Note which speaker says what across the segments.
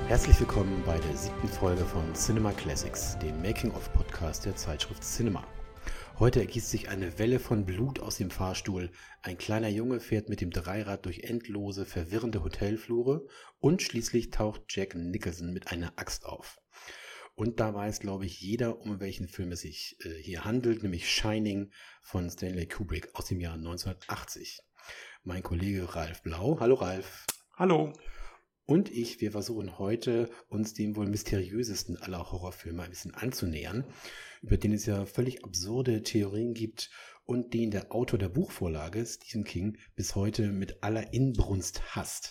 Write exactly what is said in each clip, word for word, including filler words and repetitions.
Speaker 1: Herzlich willkommen bei der siebten Folge von Cinema Classics, dem Making-of-Podcast der Zeitschrift Cinema. Heute ergießt sich eine Welle von Blut aus dem Fahrstuhl, ein kleiner Junge fährt mit dem Dreirad durch endlose, verwirrende Hotelflure und schließlich taucht Jack Nicholson mit einer Axt auf. Und da weiß, glaube ich, jeder, um welchen Film es sich äh, hier handelt, nämlich Shining von Stanley Kubrick aus dem Jahr neunzehnhundertachtzig. Mein Kollege Ralf Blau. Hallo Ralf.
Speaker 2: Hallo.
Speaker 1: Und ich, wir versuchen heute, uns dem wohl mysteriösesten aller Horrorfilme ein bisschen anzunähern, über den es ja völlig absurde Theorien gibt und den der Autor der Buchvorlage, Stephen King, bis heute mit aller Inbrunst hasst.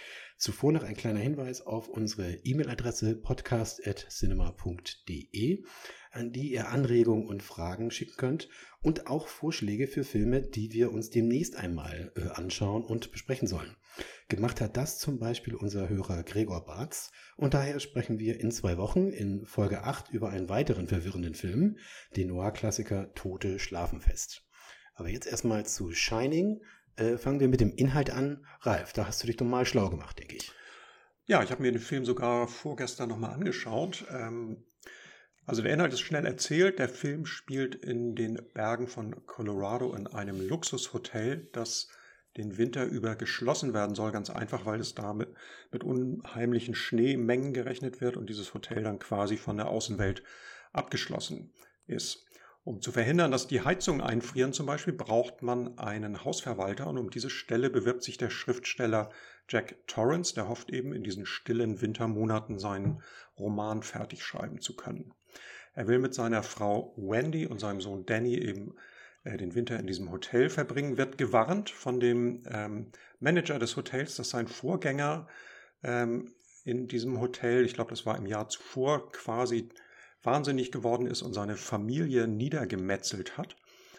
Speaker 1: Zuvor noch ein kleiner Hinweis auf unsere E-Mail-Adresse podcast at cinema punkt de, an die ihr Anregungen und Fragen schicken könnt und auch Vorschläge für Filme, die wir uns demnächst einmal äh, anschauen und besprechen sollen. Gemacht hat das zum Beispiel unser Hörer Gregor Barz und daher sprechen wir in zwei Wochen in Folge acht über einen weiteren verwirrenden Film, den Noir-Klassiker Tote schlafen fest. Aber jetzt erstmal zu Shining. Äh, fangen wir mit dem Inhalt an. Ralf, da hast du dich doch mal schlau gemacht, denke ich.
Speaker 2: Ja, ich habe mir den Film sogar vorgestern nochmal angeschaut. Ähm, also der Inhalt ist schnell erzählt. Der Film spielt in den Bergen von Colorado in einem Luxushotel, das den Winter über geschlossen werden soll. Ganz einfach, weil es da mit, mit unheimlichen Schneemengen gerechnet wird und dieses Hotel dann quasi von der Außenwelt abgeschlossen ist. Um zu verhindern, dass die Heizungen einfrieren zum Beispiel, braucht man einen Hausverwalter und um diese Stelle bewirbt sich der Schriftsteller Jack Torrance, der hofft eben in diesen stillen Wintermonaten seinen Roman fertig schreiben zu können. Er will mit seiner Frau Wendy und seinem Sohn Danny eben äh, den Winter in diesem Hotel verbringen, wird gewarnt von dem ähm, Manager des Hotels, dass sein Vorgänger ähm, in diesem Hotel, ich glaube das war im Jahr zuvor, quasi wahnsinnig geworden ist und seine Familie niedergemetzelt hat.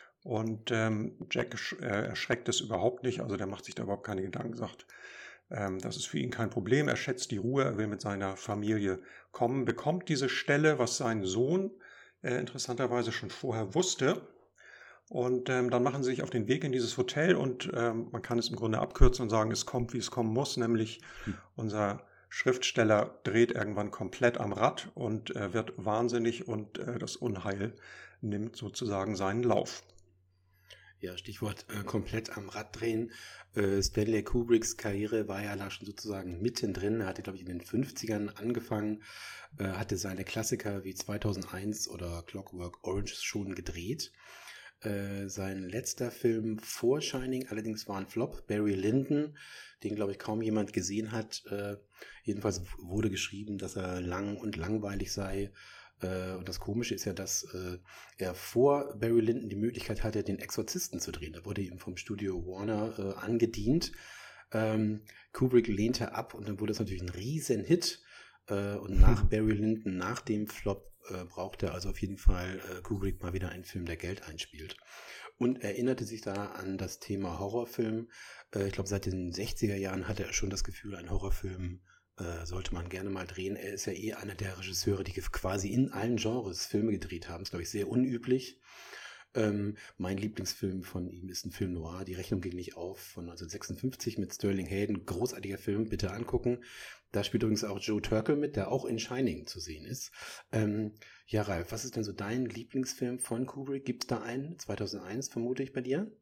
Speaker 2: Und ähm, Jack äh, erschreckt es überhaupt nicht, also der macht sich da überhaupt keine Gedanken, sagt, ähm, das ist für ihn kein Problem, er schätzt die Ruhe, er will mit seiner Familie kommen, bekommt diese Stelle, was sein Sohn äh, interessanterweise schon vorher wusste. Und ähm, dann machen sie sich auf den Weg in dieses Hotel und ähm, man kann es im Grunde abkürzen und sagen, es kommt, wie es kommen muss, nämlich hm. unser Schriftsteller dreht irgendwann komplett am Rad und äh, wird wahnsinnig und äh, das Unheil nimmt sozusagen seinen Lauf.
Speaker 1: Ja, Stichwort äh, komplett am Rad drehen. Äh, Stanley Kubricks Karriere war ja da schon sozusagen mittendrin. Er hatte, glaube ich, in den fünfzigern angefangen, äh, hatte seine Klassiker wie zweitausendeins oder Clockwork Orange schon gedreht. Äh, sein letzter Film vor Shining allerdings war ein Flop, Barry Lyndon, den, glaube ich, kaum jemand gesehen hat. Äh, jedenfalls wurde geschrieben, dass er lang und langweilig sei. Äh, und das Komische ist ja, dass äh, er vor Barry Lyndon die Möglichkeit hatte, den Exorzisten zu drehen. Da wurde ihm vom Studio Warner äh, angedient. Ähm, Kubrick lehnte ab und dann wurde es natürlich ein riesen Hit. Äh, und nach Barry Lyndon, nach dem Flop, äh, brauchte er also auf jeden Fall äh, Kubrick mal wieder einen Film, der Geld einspielt. Und erinnerte sich da an das Thema Horrorfilm. Äh, ich glaube, seit den sechziger Jahren hatte er schon das Gefühl, ein Horrorfilm äh, sollte man gerne mal drehen. Er ist ja eh einer der Regisseure, die quasi in allen Genres Filme gedreht haben. Das ist, glaube ich, sehr unüblich. Ähm, mein Lieblingsfilm von ihm ist ein Film Noir, Die Rechnung ging nicht auf, von neunzehnhundertsechsundfünfzig mit Sterling Hayden. Großartiger Film, bitte angucken. Da spielt übrigens auch Joe Turkel mit, der auch in Shining zu sehen ist. Ähm, ja, Ralf, was ist denn so dein Lieblingsfilm von Kubrick? Gibt es da einen? zweitausendeins vermute ich bei dir?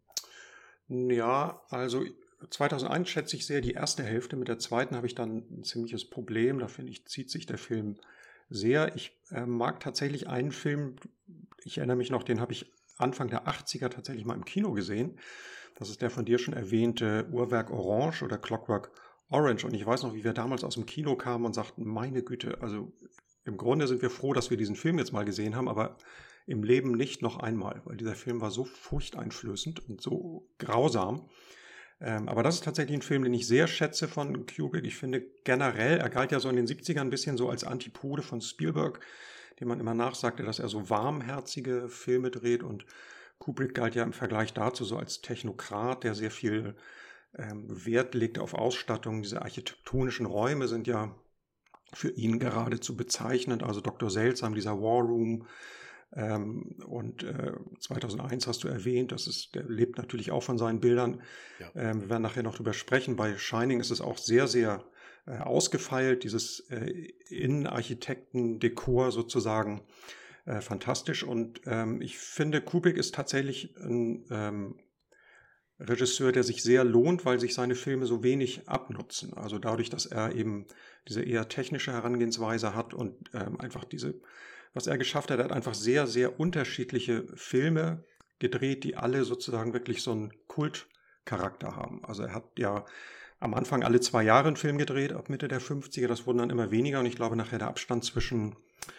Speaker 2: Ja, also zweitausendeins schätze ich sehr die erste Hälfte. Mit der zweiten habe ich dann ein ziemliches Problem. Da finde ich, zieht sich der Film sehr. Ich äh, mag tatsächlich einen Film, ich erinnere mich noch, den habe ich Anfang der achtziger tatsächlich mal im Kino gesehen. Das ist der von dir schon erwähnte Uhrwerk Orange oder Clockwork Orange. Und ich weiß noch, wie wir damals aus dem Kino kamen und sagten, meine Güte, also im Grunde sind wir froh, dass wir diesen Film jetzt mal gesehen haben, aber im Leben nicht noch einmal, weil dieser Film war so furchteinflößend und so grausam. Ähm, aber das ist tatsächlich ein Film, den ich sehr schätze von Kubrick. Ich finde generell, er galt ja so in den siebzigern ein bisschen so als Antipode von Spielberg, dem man immer nachsagte, dass er so warmherzige Filme dreht, und Kubrick galt ja im Vergleich dazu so als Technokrat, der sehr viel ähm, Wert legt auf Ausstattung. Diese architektonischen Räume sind ja für ihn geradezu bezeichnend, also Doktor Seltsam, dieser War Room, ähm, und äh, zweitausendeins hast du erwähnt, das ist, der lebt natürlich auch von seinen Bildern. Ja. Ähm, wir werden nachher noch drüber sprechen. Bei Shining ist es auch sehr, sehr äh, ausgefeilt, dieses äh, Innenarchitekten-Dekor sozusagen äh, fantastisch. Und ähm, ich finde, Kubrick ist tatsächlich ein ähm, Regisseur, der sich sehr lohnt, weil sich seine Filme so wenig abnutzen. Also dadurch, dass er eben diese eher technische Herangehensweise hat und ähm, einfach diese, was er geschafft hat, er hat einfach sehr, sehr unterschiedliche Filme gedreht, die alle sozusagen wirklich so einen Kultcharakter haben. Also er hat ja am Anfang alle zwei Jahre einen Film gedreht, ab Mitte der fünfziger, das wurden dann immer weniger und ich glaube nachher der Abstand zwischen,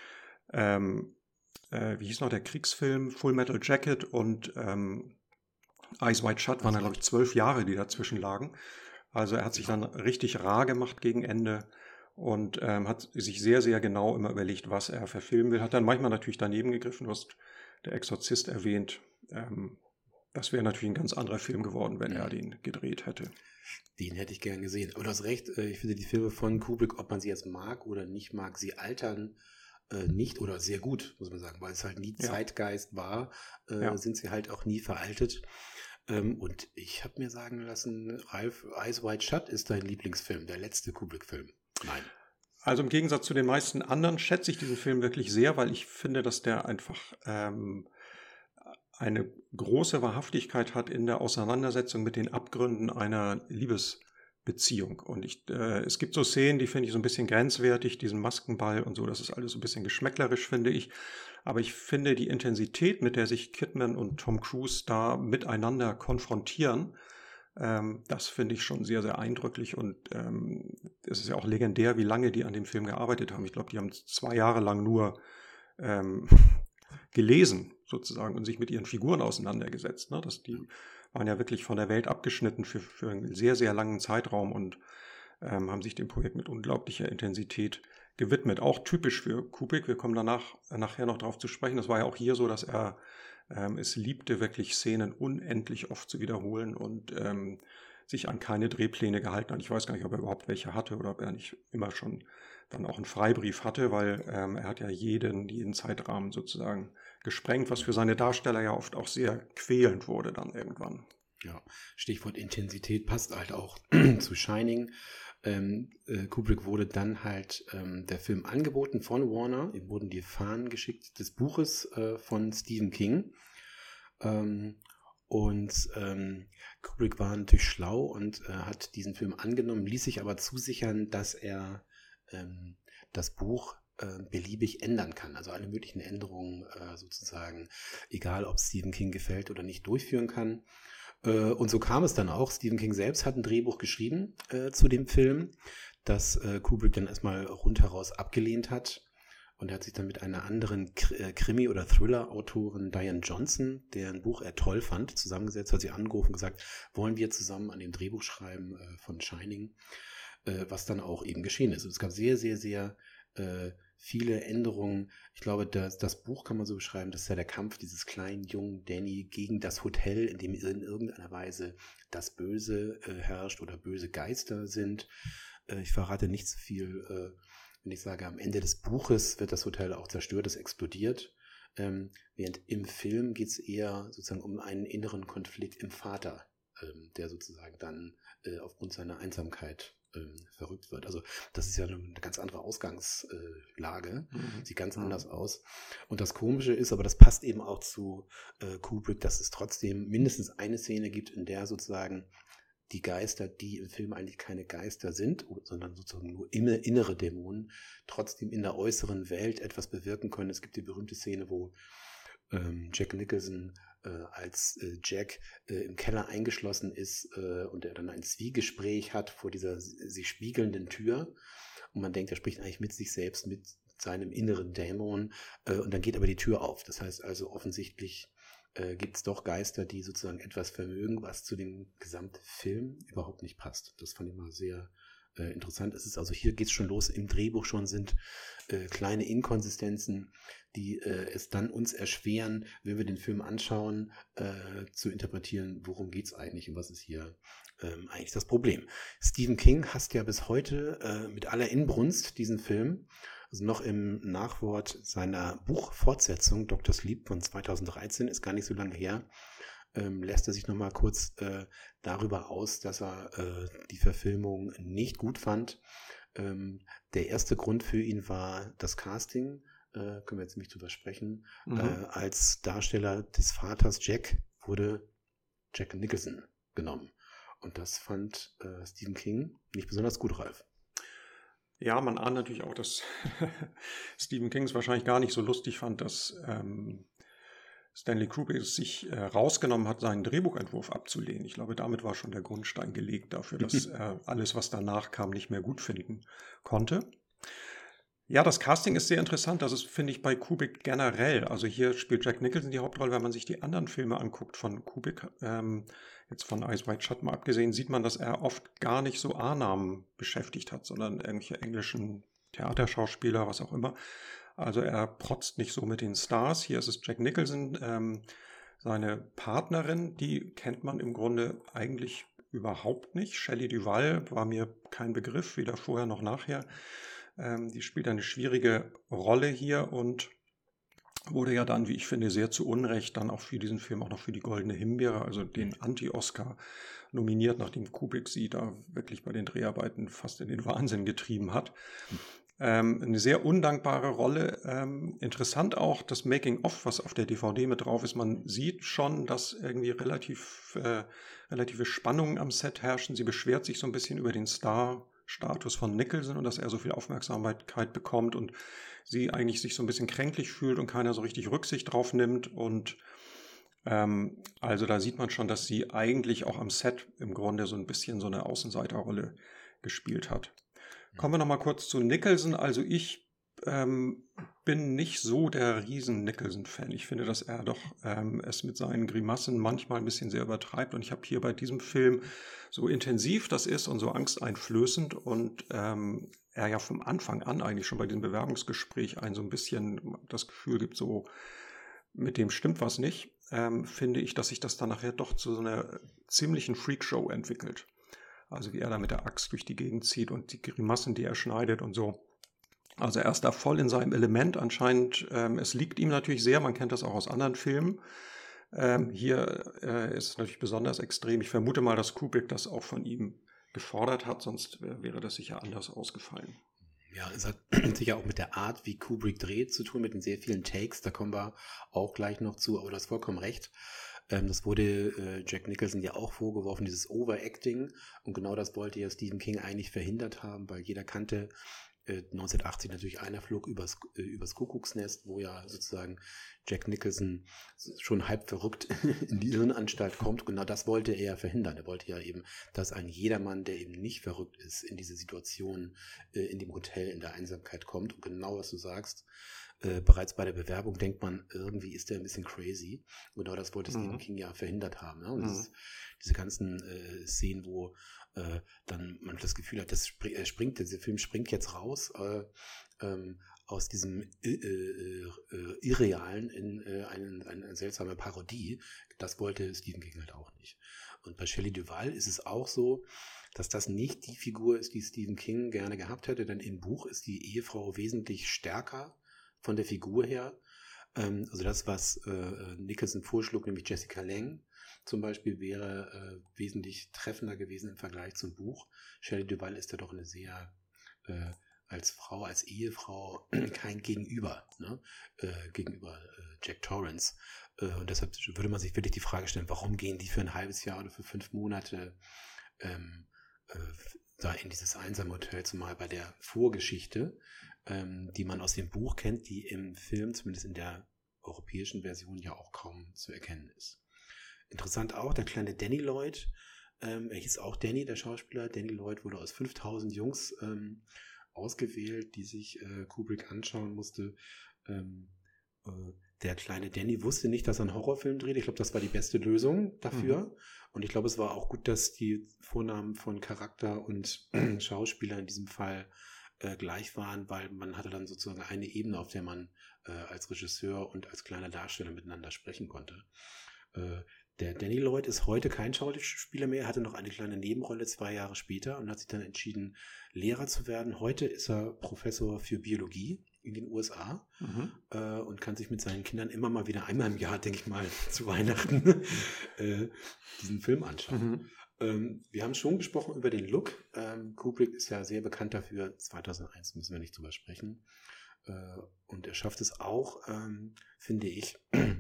Speaker 2: ähm, äh, wie hieß noch der Kriegsfilm, Full Metal Jacket und ähm, Eyes Wide Shut waren da, glaube ich, zwölf Jahre, die dazwischen lagen. Also er hat sich dann richtig rar gemacht gegen Ende und ähm, hat sich sehr, sehr genau immer überlegt, was er verfilmen will. Hat dann manchmal natürlich daneben gegriffen, du hast der Exorzist erwähnt. Ähm, das wäre natürlich ein ganz anderer Film geworden, wenn er den gedreht hätte.
Speaker 1: Den hätte ich gern gesehen. Aber du hast recht, ich finde die Filme von Kubrick, ob man sie jetzt mag oder nicht mag, sie altern äh, nicht oder sehr gut, muss man sagen, weil es halt nie ja. Zeitgeist war, äh, ja. sind sie halt auch nie veraltet. Ähm, und ich habe mir sagen lassen, Ralph, Eyes Wide Shut ist dein Lieblingsfilm, der letzte Kubrick-Film. Nein.
Speaker 2: Also im Gegensatz zu den meisten anderen schätze ich diesen Film wirklich sehr, weil ich finde, dass der einfach ähm, eine große Wahrhaftigkeit hat in der Auseinandersetzung mit den Abgründen einer Liebesbeziehung. Und ich, äh, es gibt so Szenen, die finde ich so ein bisschen grenzwertig, diesen Maskenball und so, das ist alles so ein bisschen geschmäcklerisch, finde ich. Aber ich finde die Intensität, mit der sich Kidman und Tom Cruise da miteinander konfrontieren, ähm, das finde ich schon sehr, sehr eindrücklich. Und ähm, es ist ja auch legendär, wie lange die an dem Film gearbeitet haben. Ich glaube, die haben zwei Jahre lang nur ähm, gelesen sozusagen und sich mit ihren Figuren auseinandergesetzt. Ne? Das, die waren ja wirklich von der Welt abgeschnitten für, für einen sehr, sehr langen Zeitraum und ähm, haben sich dem Projekt mit unglaublicher Intensität gewidmet. Auch typisch für Kubrick. Wir kommen danach nachher noch darauf zu sprechen. Das war ja auch hier so, dass er ähm, es liebte, wirklich Szenen unendlich oft zu wiederholen und ähm, sich an keine Drehpläne gehalten hat. Ich weiß gar nicht, ob er überhaupt welche hatte oder ob er nicht immer schon dann auch einen Freibrief hatte, weil ähm, er hat ja jeden, jeden Zeitrahmen sozusagen gesprengt, was für seine Darsteller ja oft auch sehr quälend wurde dann irgendwann.
Speaker 1: Ja, Stichwort Intensität passt halt auch zu Shining. Ähm, äh, Kubrick wurde dann halt ähm, der Film angeboten von Warner. Ihm wurden die Fahnen geschickt des Buches äh, von Stephen King. Ähm, und ähm, Kubrick war natürlich schlau und äh, hat diesen Film angenommen, ließ sich aber zusichern, dass er ähm, das Buch äh, beliebig ändern kann. Also alle möglichen Änderungen äh, sozusagen, egal ob Stephen King gefällt oder nicht, durchführen kann. Und so kam es dann auch. Stephen King selbst hat ein Drehbuch geschrieben äh, zu dem Film, das äh, Kubrick dann erstmal rundheraus abgelehnt hat. Und er hat sich dann mit einer anderen Krimi- oder Thriller-Autorin, Diane Johnson, deren Buch er toll fand, zusammengesetzt, hat sie angerufen und gesagt, wollen wir zusammen an dem Drehbuch schreiben äh, von Shining, äh, was dann auch eben geschehen ist. Und es gab sehr, sehr, sehr äh, viele Änderungen. Ich glaube, das, das Buch kann man so beschreiben, das ist ja der Kampf dieses kleinen, jungen Danny gegen das Hotel, in dem in irgendeiner Weise das Böse äh, herrscht oder böse Geister sind. Äh, ich verrate nicht zu viel, äh, wenn ich sage, am Ende des Buches wird das Hotel auch zerstört, es explodiert. Ähm, während im Film geht es eher sozusagen um einen inneren Konflikt im Vater, ähm, der sozusagen dann äh, aufgrund seiner Einsamkeit Ähm, verrückt wird. Also das ist ja eine, eine ganz andere Ausgangslage, mhm. sieht ganz mhm. anders aus. Und das Komische ist, aber das passt eben auch zu äh, Kubrick, dass es trotzdem mindestens eine Szene gibt, in der sozusagen die Geister, die im Film eigentlich keine Geister sind, sondern sozusagen nur innere Dämonen, trotzdem in der äußeren Welt etwas bewirken können. Es gibt die berühmte Szene, wo ähm, Jack Nicholson Äh, als äh, Jack äh, im Keller eingeschlossen ist äh, und er dann ein Zwiegespräch hat vor dieser sich spiegelnden Tür und man denkt, er spricht eigentlich mit sich selbst, mit seinem inneren Dämon äh, und dann geht aber die Tür auf. Das heißt also offensichtlich äh, gibt es doch Geister, die sozusagen etwas vermögen, was zu dem Gesamtfilm überhaupt nicht passt. Das fand ich mal sehr äh, interessant. Es ist also hier geht es schon los, im Drehbuch schon sind äh, kleine Inkonsistenzen, die äh, es dann uns erschweren, wenn wir den Film anschauen, äh, zu interpretieren, worum geht es eigentlich und was ist hier ähm, eigentlich das Problem. Stephen King hasst ja bis heute äh, mit aller Inbrunst diesen Film, also noch im Nachwort seiner Buchfortsetzung Doktor Sleep von zweitausenddreizehn, ist gar nicht so lange her, ähm, lässt er sich nochmal kurz äh, darüber aus, dass er äh, die Verfilmung nicht gut fand. Ähm, der erste Grund für ihn war das Casting, äh, können wir jetzt nicht drüber sprechen. Mhm. Äh, als Darsteller des Vaters Jack wurde Jack Nicholson genommen. Und das fand äh, Stephen King nicht besonders gut, Ralf.
Speaker 2: Ja, man ahnt natürlich auch, dass Stephen King es wahrscheinlich gar nicht so lustig fand, dass ähm, Stanley Kubrick sich äh, rausgenommen hat, seinen Drehbuchentwurf abzulehnen. Ich glaube, damit war schon der Grundstein gelegt dafür, dass er alles, was danach kam, nicht mehr gut finden konnte. Ja, das Casting ist sehr interessant. Das ist, finde ich, bei Kubrick generell. Also hier spielt Jack Nicholson die Hauptrolle. Wenn man sich die anderen Filme anguckt von Kubrick, ähm, jetzt von Eyes Wide Shut mal abgesehen, sieht man, dass er oft gar nicht so A-Namen beschäftigt hat, sondern irgendwelche englischen Theaterschauspieler, was auch immer. Also er protzt nicht so mit den Stars. Hier ist es Jack Nicholson. Ähm, seine Partnerin, die kennt man im Grunde eigentlich überhaupt nicht. Shelley Duvall war mir kein Begriff, weder vorher noch nachher. Ähm, die spielt eine schwierige Rolle hier und wurde ja dann, wie ich finde, sehr zu Unrecht dann auch für diesen Film auch noch für die Goldene Himbeere, also den Anti-Oscar, nominiert, nachdem Kubrick sie da wirklich bei den Dreharbeiten fast in den Wahnsinn getrieben hat. Ähm, eine sehr undankbare Rolle. Ähm, interessant auch das Making-of, was auf der D V D mit drauf ist. Man sieht schon, dass irgendwie relativ äh, relative Spannungen am Set herrschen. Sie beschwert sich so ein bisschen über den Star-Status von Nicholson und dass er so viel Aufmerksamkeit bekommt und sie eigentlich sich so ein bisschen kränklich fühlt und keiner so richtig Rücksicht drauf nimmt. Und ähm, also da sieht man schon, dass sie eigentlich auch am Set im Grunde so ein bisschen so eine Außenseiterrolle gespielt hat. Kommen wir nochmal kurz zu Nicholson. Also ich ähm, bin nicht so der Riesen-Nicholson-Fan. Ich finde, dass er doch ähm, es mit seinen Grimassen manchmal ein bisschen sehr übertreibt. Und ich habe hier bei diesem Film, so intensiv das ist und so angsteinflößend und ähm, er ja vom Anfang an eigentlich schon bei diesem Bewerbungsgespräch ein so ein bisschen das Gefühl gibt, so mit dem stimmt was nicht, ähm, finde ich, dass sich das dann nachher doch zu so einer ziemlichen Freakshow entwickelt. Also wie er da mit der Axt durch die Gegend zieht und die Grimassen, die er schneidet und so. Also er ist da voll in seinem Element anscheinend. Ähm, es liegt ihm natürlich sehr, man kennt das auch aus anderen Filmen. Ähm, hier äh, ist es natürlich besonders extrem. Ich vermute mal, dass Kubrick das auch von ihm gefordert hat, sonst äh, wäre das sicher anders ausgefallen.
Speaker 1: Ja, es hat sicher auch mit der Art, wie Kubrick dreht, zu tun, mit den sehr vielen Takes. Da kommen wir auch gleich noch zu, aber du hast vollkommen recht. Das wurde äh, Jack Nicholson ja auch vorgeworfen, dieses Overacting. Und genau das wollte ja Stephen King eigentlich verhindert haben, weil jeder kannte äh, neunzehnhundertachtzig natürlich Einer flog übers, äh, übers Kuckucksnest, wo ja sozusagen Jack Nicholson schon halb verrückt in die Irrenanstalt kommt. Genau das wollte er ja verhindern. Er wollte ja eben, dass ein jedermann, der eben nicht verrückt ist, in diese Situation äh, in dem Hotel in der Einsamkeit kommt. Und genau was du sagst, Äh, bereits bei der Bewerbung denkt man, irgendwie ist der ein bisschen crazy. Genau das wollte Stephen mhm. King ja verhindert haben. Ne? Und mhm. dieses, diese ganzen äh, Szenen, wo äh, dann man das Gefühl hat, das spring, äh, springt, dieser Film springt jetzt raus äh, ähm, aus diesem äh, äh, äh, Irrealen in äh, eine, eine seltsame Parodie. Das wollte Stephen King halt auch nicht. Und bei Shelley Duvall ist es auch so, dass das nicht die Figur ist, die Stephen King gerne gehabt hätte, denn im Buch ist die Ehefrau wesentlich stärker von der Figur her. Ähm, also das, was äh, Nicholson vorschlug, nämlich Jessica Lange zum Beispiel, wäre äh, wesentlich treffender gewesen im Vergleich zum Buch. Shelley Duvall ist ja doch eine sehr, äh, als Frau, als Ehefrau kein Gegenüber, ne? äh, gegenüber äh, Jack Torrance. Äh, und deshalb würde man sich wirklich die Frage stellen, warum gehen die für ein halbes Jahr oder für fünf Monate ähm, äh, da in dieses einsame Hotel, zumal bei der Vorgeschichte, ähm, die man aus dem Buch kennt, die im Film, zumindest in der europäischen Version, ja auch kaum zu erkennen ist. Interessant auch, der kleine Danny Lloyd, ähm, er hieß auch Danny, der Schauspieler. Danny Lloyd wurde aus fünftausend Jungs ähm, ausgewählt, die sich äh, Kubrick anschauen musste. Ähm, äh, der kleine Danny wusste nicht, dass er einen Horrorfilm dreht. Ich glaube, das war die beste Lösung dafür. Mhm. Und ich glaube, es war auch gut, dass die Vornamen von Charakter und Schauspieler in diesem Fall äh, gleich waren, weil man hatte dann sozusagen eine Ebene, auf der man äh, als Regisseur und als kleiner Darsteller miteinander sprechen konnte. Äh, der Danny Lloyd ist heute kein Schauspieler mehr, er hatte noch eine kleine Nebenrolle zwei Jahre später und hat sich dann entschieden, Lehrer zu werden. Heute ist er Professor für Biologie in den U S A
Speaker 2: Mhm.
Speaker 1: äh, und kann sich mit seinen Kindern immer mal wieder einmal im Jahr, denke ich mal, zu Weihnachten äh, diesen Film anschauen.
Speaker 2: Mhm.
Speaker 1: Ähm, wir haben schon gesprochen über den Look. Ähm, Kubrick ist ja sehr bekannt dafür. zweitausendeins müssen wir nicht drüber sprechen. Äh, und er schafft es auch, ähm, finde ich,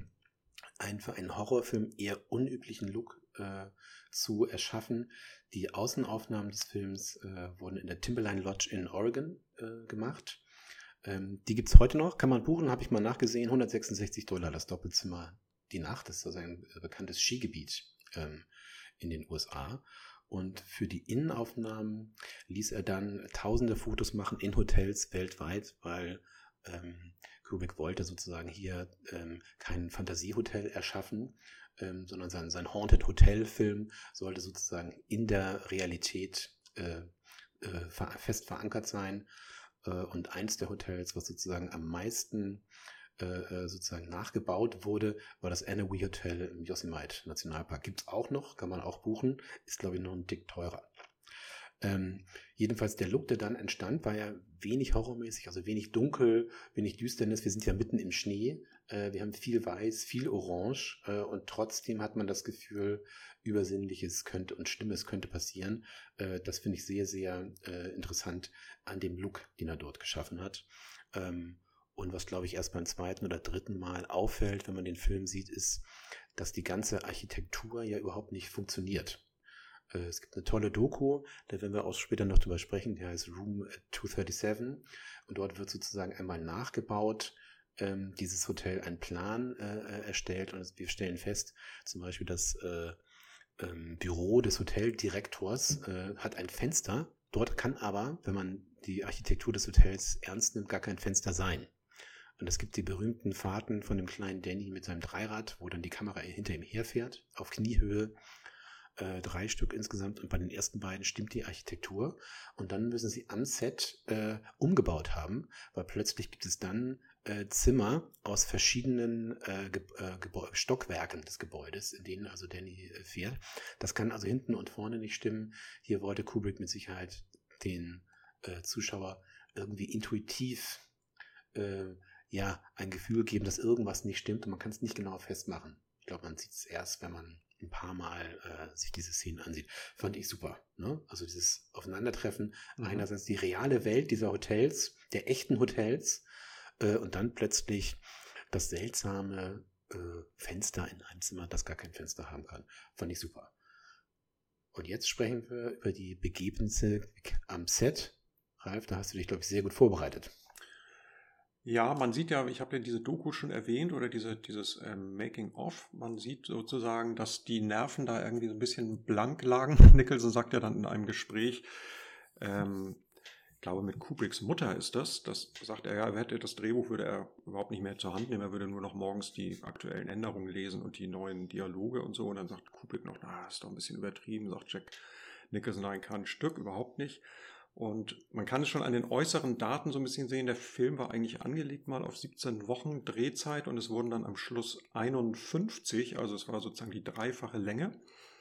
Speaker 1: einen für einen Horrorfilm eher unüblichen Look äh, zu erschaffen. Die Außenaufnahmen des Films äh, wurden in der Timberline Lodge in Oregon äh, gemacht. Ähm, die gibt es heute noch, kann man buchen, habe ich mal nachgesehen, hundertsechsundsechzig Dollar das Doppelzimmer die Nacht. Das ist also ein äh, bekanntes Skigebiet ähm, in den U S A. Und für die Innenaufnahmen ließ er dann tausende Fotos machen in Hotels weltweit, weil ähm, Kubrick wollte sozusagen hier ähm, kein Fantasiehotel erschaffen, ähm, sondern sein, sein Haunted Hotel-Film sollte sozusagen in der Realität äh, äh, ver- fest verankert sein. Äh, und eins der Hotels, was sozusagen am meisten äh, äh, sozusagen nachgebaut wurde, war das Annecy Hotel im Yosemite Nationalpark. Gibt es auch noch, kann man auch buchen, ist glaube ich noch ein Tick teurer. Ähm, jedenfalls der Look, der dann entstand, war ja wenig horrormäßig, also wenig dunkel, wenig Düsternis. Wir sind ja mitten im Schnee. Äh, wir haben viel Weiß, viel Orange äh, und trotzdem hat man das Gefühl, Übersinnliches könnte und Schlimmes könnte passieren. Äh, das finde ich sehr, sehr äh, interessant an dem Look, den er dort geschaffen hat. Ähm, und was, glaube ich, erst beim zweiten oder dritten Mal auffällt, wenn man den Film sieht, ist, dass die ganze Architektur ja überhaupt nicht funktioniert. Es gibt eine tolle Doku, da werden wir auch später noch drüber sprechen, die heißt Room zweihundertsiebenunddreißig und dort wird sozusagen einmal nachgebaut, ähm, dieses Hotel einen Plan äh, erstellt und wir stellen fest, zum Beispiel das äh, ähm, Büro des Hoteldirektors äh, hat ein Fenster, dort kann aber, wenn man die Architektur des Hotels ernst nimmt, gar kein Fenster sein. Und es gibt die berühmten Fahrten von dem kleinen Danny mit seinem Dreirad, wo dann die Kamera hinter ihm herfährt, auf Kniehöhe. Äh, drei Stück insgesamt und bei den ersten beiden stimmt die Architektur und dann müssen sie am Set äh, umgebaut haben, weil plötzlich gibt es dann äh, Zimmer aus verschiedenen äh, Ge äh, Stockwerken des Gebäudes, in denen also Danny äh, fährt. Das kann also hinten und vorne nicht stimmen. Hier wollte Kubrick mit Sicherheit den äh, Zuschauer irgendwie intuitiv äh, ja, ein Gefühl geben, dass irgendwas nicht stimmt und man kann es nicht genau festmachen. Ich glaube, man sieht es erst, wenn man ein paar Mal äh, sich diese Szenen ansieht. Fand ich super. Ne? Also dieses Aufeinandertreffen, mhm. einerseits die reale Welt dieser Hotels, der echten Hotels äh, und dann plötzlich das seltsame äh, Fenster in einem Zimmer, das gar kein Fenster haben kann. Fand ich super. Und jetzt sprechen wir über die Begebenisse am Set. Ralf, da hast du dich, glaube ich, sehr gut vorbereitet.
Speaker 2: Ja, man sieht ja, ich habe ja diese Doku schon erwähnt oder diese, dieses ähm, Making-of. Man sieht sozusagen, dass die Nerven da irgendwie so ein bisschen blank lagen. Nicholson sagt ja dann in einem Gespräch, ähm, ich glaube mit Kubricks Mutter ist das, das sagt er, ja, er hätte das Drehbuch würde er überhaupt nicht mehr zur Hand nehmen, er würde nur noch morgens die aktuellen Änderungen lesen und die neuen Dialoge und so. Und dann sagt Kubrick noch, na, das ist doch ein bisschen übertrieben, sagt Jack Nicholson, nein, kein Stück, überhaupt nicht. Und man kann es schon an den äußeren Daten so ein bisschen sehen, der Film war eigentlich angelegt mal auf siebzehn Wochen Drehzeit und es wurden dann am Schluss einundfünfzig, also es war sozusagen die dreifache Länge,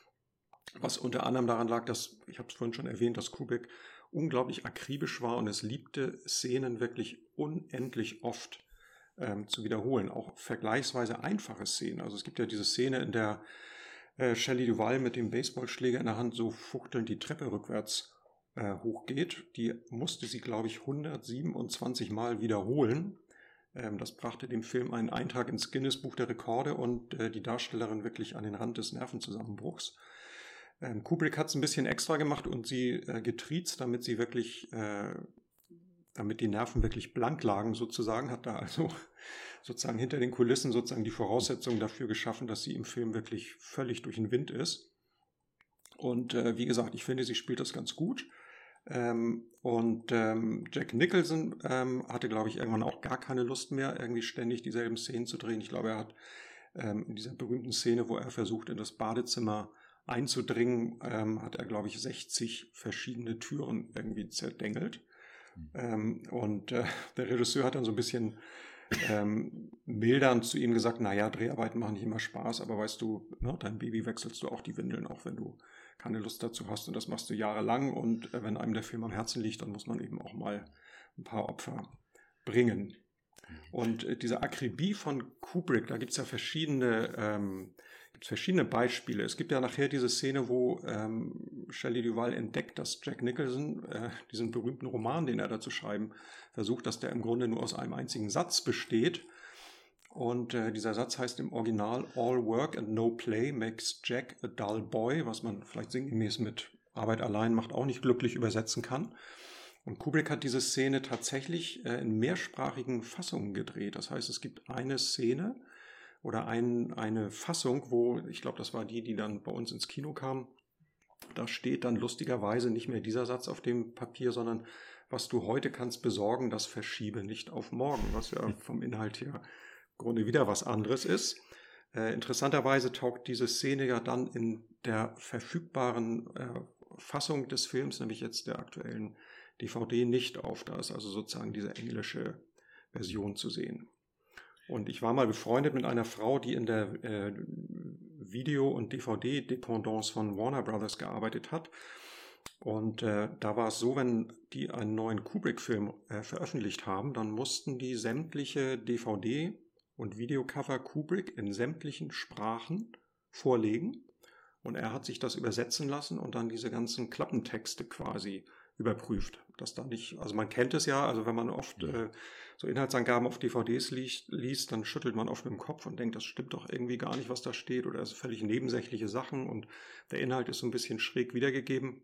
Speaker 2: was unter anderem daran lag, dass, ich habe es vorhin schon erwähnt, dass Kubrick unglaublich akribisch war und es liebte, Szenen wirklich unendlich oft ähm, zu wiederholen, auch vergleichsweise einfache Szenen. Also es gibt ja diese Szene, in der äh, Shelley Duvall mit dem Baseballschläger in der Hand so fuchtelnd die Treppe rückwärts hochgeht, die musste sie, glaube ich, hundertsiebenundzwanzig Mal wiederholen. Ähm, das brachte dem Film einen Eintrag ins Guinness-Buch der Rekorde und äh, die Darstellerin wirklich an den Rand des Nervenzusammenbruchs. Ähm, Kubrick hat es ein bisschen extra gemacht und sie äh, getriezt, damit sie wirklich, äh, damit die Nerven wirklich blank lagen sozusagen, hat da also sozusagen hinter den Kulissen sozusagen die Voraussetzungen dafür geschaffen, dass sie im Film wirklich völlig durch den Wind ist. Und äh, wie gesagt, ich finde, sie spielt das ganz gut. Ähm, und ähm, Jack Nicholson ähm, hatte, glaube ich, irgendwann auch gar keine Lust mehr, irgendwie ständig dieselben Szenen zu drehen. Ich glaube, er hat ähm, in dieser berühmten Szene, wo er versucht, in das Badezimmer einzudringen, ähm, hat er, glaube ich, sechzig verschiedene Türen irgendwie zerdengelt. Mhm. Ähm, und äh, der Regisseur hat dann so ein bisschen ähm, mildernd zu ihm gesagt, naja, Dreharbeiten machen nicht immer Spaß, aber weißt du, ne, dein Baby wechselst du auch die Windeln, auch wenn du keine Lust dazu hast und das machst du jahrelang und äh, wenn einem der Film am Herzen liegt, dann muss man eben auch mal ein paar Opfer bringen. Und äh, diese Akribie von Kubrick, da gibt es ja verschiedene, ähm, gibt's verschiedene Beispiele. Es gibt ja nachher diese Szene, wo ähm, Shelley Duvall entdeckt, dass Jack Nicholson äh, diesen berühmten Roman, den er da zu schreiben versucht, dass der im Grunde nur aus einem einzigen Satz besteht. Und äh, dieser Satz heißt im Original: All work and no play makes Jack a dull boy, was man vielleicht sinngemäß mit Arbeit allein macht auch nicht glücklich übersetzen kann. Und Kubrick hat diese Szene tatsächlich äh, in mehrsprachigen Fassungen gedreht. Das heißt, es gibt eine Szene oder ein, eine Fassung, wo, ich glaube, das war die, die dann bei uns ins Kino kam, da steht dann lustigerweise nicht mehr dieser Satz auf dem Papier, sondern: Was du heute kannst besorgen, das verschiebe nicht auf morgen, was ja vom Inhalt her im Grunde wieder was anderes ist. Äh, interessanterweise taucht diese Szene ja dann in der verfügbaren äh, Fassung des Films, nämlich jetzt der aktuellen D V D, nicht auf. Da ist also sozusagen diese englische Version zu sehen. Und ich war mal befreundet mit einer Frau, die in der äh, Video- und D V D-Dependance von Warner Brothers gearbeitet hat. Und äh, da war es so, wenn die einen neuen Kubrick-Film äh, veröffentlicht haben, dann mussten die sämtliche D V D- und Videocover Kubrick in sämtlichen Sprachen vorlegen. Und er hat sich das übersetzen lassen und dann diese ganzen Klappentexte quasi überprüft. Dass da nicht, also man kennt es ja, also wenn man oft äh, so Inhaltsangaben auf D V Ds liest, liest, dann schüttelt man oft mit dem Kopf und denkt, das stimmt doch irgendwie gar nicht, was da steht, oder es sind völlig nebensächliche Sachen und der Inhalt ist so ein bisschen schräg wiedergegeben.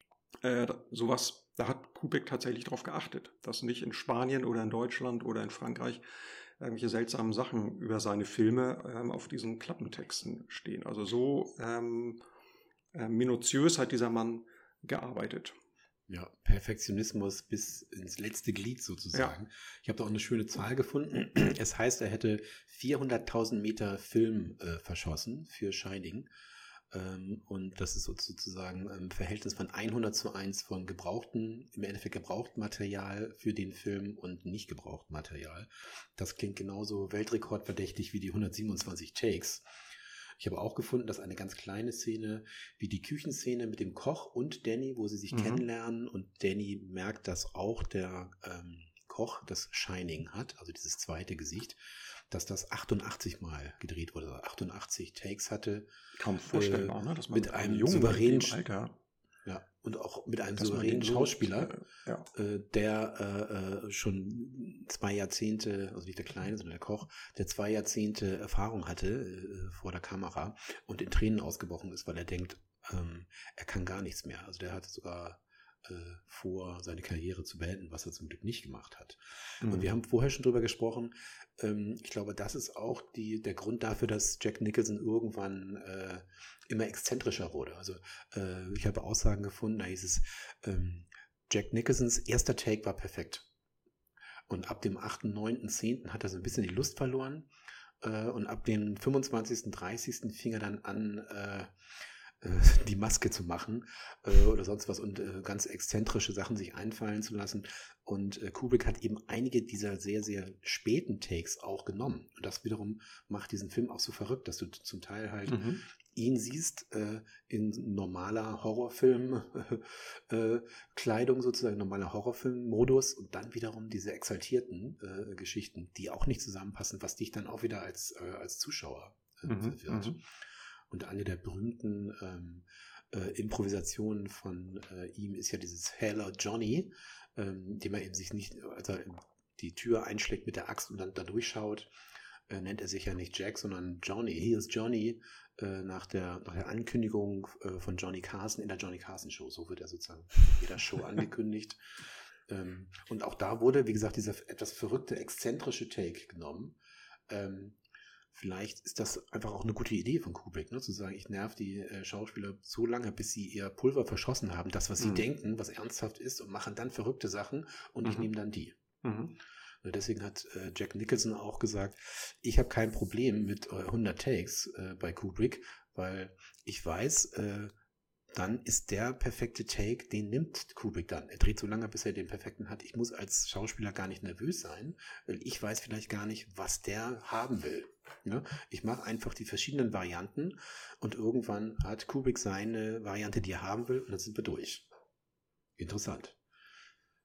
Speaker 2: Äh, sowas, da hat Kubrick tatsächlich drauf geachtet, dass nicht in Spanien oder in Deutschland oder in Frankreich irgendwelche seltsamen Sachen über seine Filme ähm, auf diesen Klappentexten stehen. Also so ähm, äh, minutiös hat dieser Mann gearbeitet.
Speaker 1: Ja, Perfektionismus bis ins letzte Glied sozusagen. Ja. Ich habe da auch eine schöne Zahl gefunden. Es heißt, er hätte vierhunderttausend Meter Film äh, verschossen für Shining. Ähm, und das ist sozusagen ein Verhältnis von hundert zu eins von gebrauchten, im Endeffekt gebrauchtem Material für den Film und nicht gebrauchtem Material. Das klingt genauso weltrekordverdächtig wie die hundertsiebenundzwanzig Takes. Ich habe auch gefunden, dass eine ganz kleine Szene, wie die Küchenszene mit dem Koch und Danny, wo sie sich mhm. kennenlernen und Danny merkt, dass auch der ähm, Koch das Shining hat, also dieses zweite Gesicht, dass das achtundachtzig Mal gedreht wurde, also achtundachtzig Takes hatte.
Speaker 2: Kaum vorstellbar,
Speaker 1: äh,
Speaker 2: ne? Dass man
Speaker 1: mit einem
Speaker 2: jungen
Speaker 1: souveränen
Speaker 2: Alter.
Speaker 1: Ja, und auch mit einem souveränen Schauspieler, äh, ja. äh, der äh, schon zwei Jahrzehnte, also nicht der Kleine, sondern der Koch, der zwei Jahrzehnte Erfahrung hatte äh, vor der Kamera und in Tränen ausgebrochen ist, weil er denkt, ähm, er kann gar nichts mehr. Also der hatte sogar äh, vor, seine Karriere zu beenden, was er zum Glück nicht gemacht hat. Mhm. Und wir haben vorher schon drüber gesprochen, ähm, ich glaube, das ist auch die, der Grund dafür, dass Jack Nicholson irgendwann äh, immer exzentrischer wurde. Also äh, ich habe Aussagen gefunden, da hieß es, ähm, Jack Nicholsons erster Take war perfekt. Und ab dem achten, neunten, zehnten hat er so ein bisschen die Lust verloren. Äh, und ab dem fünfundzwanzigsten, dreißigsten fing er dann an, äh, die Maske zu machen äh, oder sonst was und äh, ganz exzentrische Sachen sich einfallen zu lassen. Und äh, Kubrick hat eben einige dieser sehr, sehr späten Takes auch genommen. Und das wiederum macht diesen Film auch so verrückt, dass du zum Teil halt mhm. ihn siehst äh, in normaler Horrorfilm-Kleidung äh, sozusagen, normaler Horrorfilm-Modus und dann wiederum diese exaltierten äh, Geschichten, die auch nicht zusammenpassen, was dich dann auch wieder als, äh, als Zuschauer äh, mhm. verwirrt. Mhm. Und eine der berühmten ähm, äh, Improvisationen von äh, ihm ist ja dieses Hello Johnny, ähm, dem er eben sich nicht, als er die Tür einschlägt mit der Axt und dann da durchschaut, äh, nennt er sich ja nicht Jack, sondern Johnny. Hier ist Johnny äh, nach, der, nach der Ankündigung äh, von Johnny Carson in der Johnny Carson Show. So wird er sozusagen in jeder Show angekündigt. Ähm, und auch da wurde, wie gesagt, dieser etwas verrückte, exzentrische Take genommen. Ähm, Vielleicht ist das einfach auch eine gute Idee von Kubrick, ne? Zu sagen, ich nerv die äh, Schauspieler so lange, bis sie ihr Pulver verschossen haben, das, was sie mhm. denken, was ernsthaft ist, und machen dann verrückte Sachen und mhm. ich nehme dann die. Mhm. Und deswegen hat äh, Jack Nicholson auch gesagt, ich habe kein Problem mit äh, hundert Takes äh, bei Kubrick, weil ich weiß, äh, dann ist der perfekte Take, den nimmt Kubrick dann. Er dreht so lange, bis er den perfekten hat. Ich muss als Schauspieler gar nicht nervös sein, weil ich weiß vielleicht gar nicht, was der haben will. Ja? Ich mache einfach die verschiedenen Varianten und irgendwann hat Kubrick seine Variante, die er haben will, und dann sind wir durch. Interessant.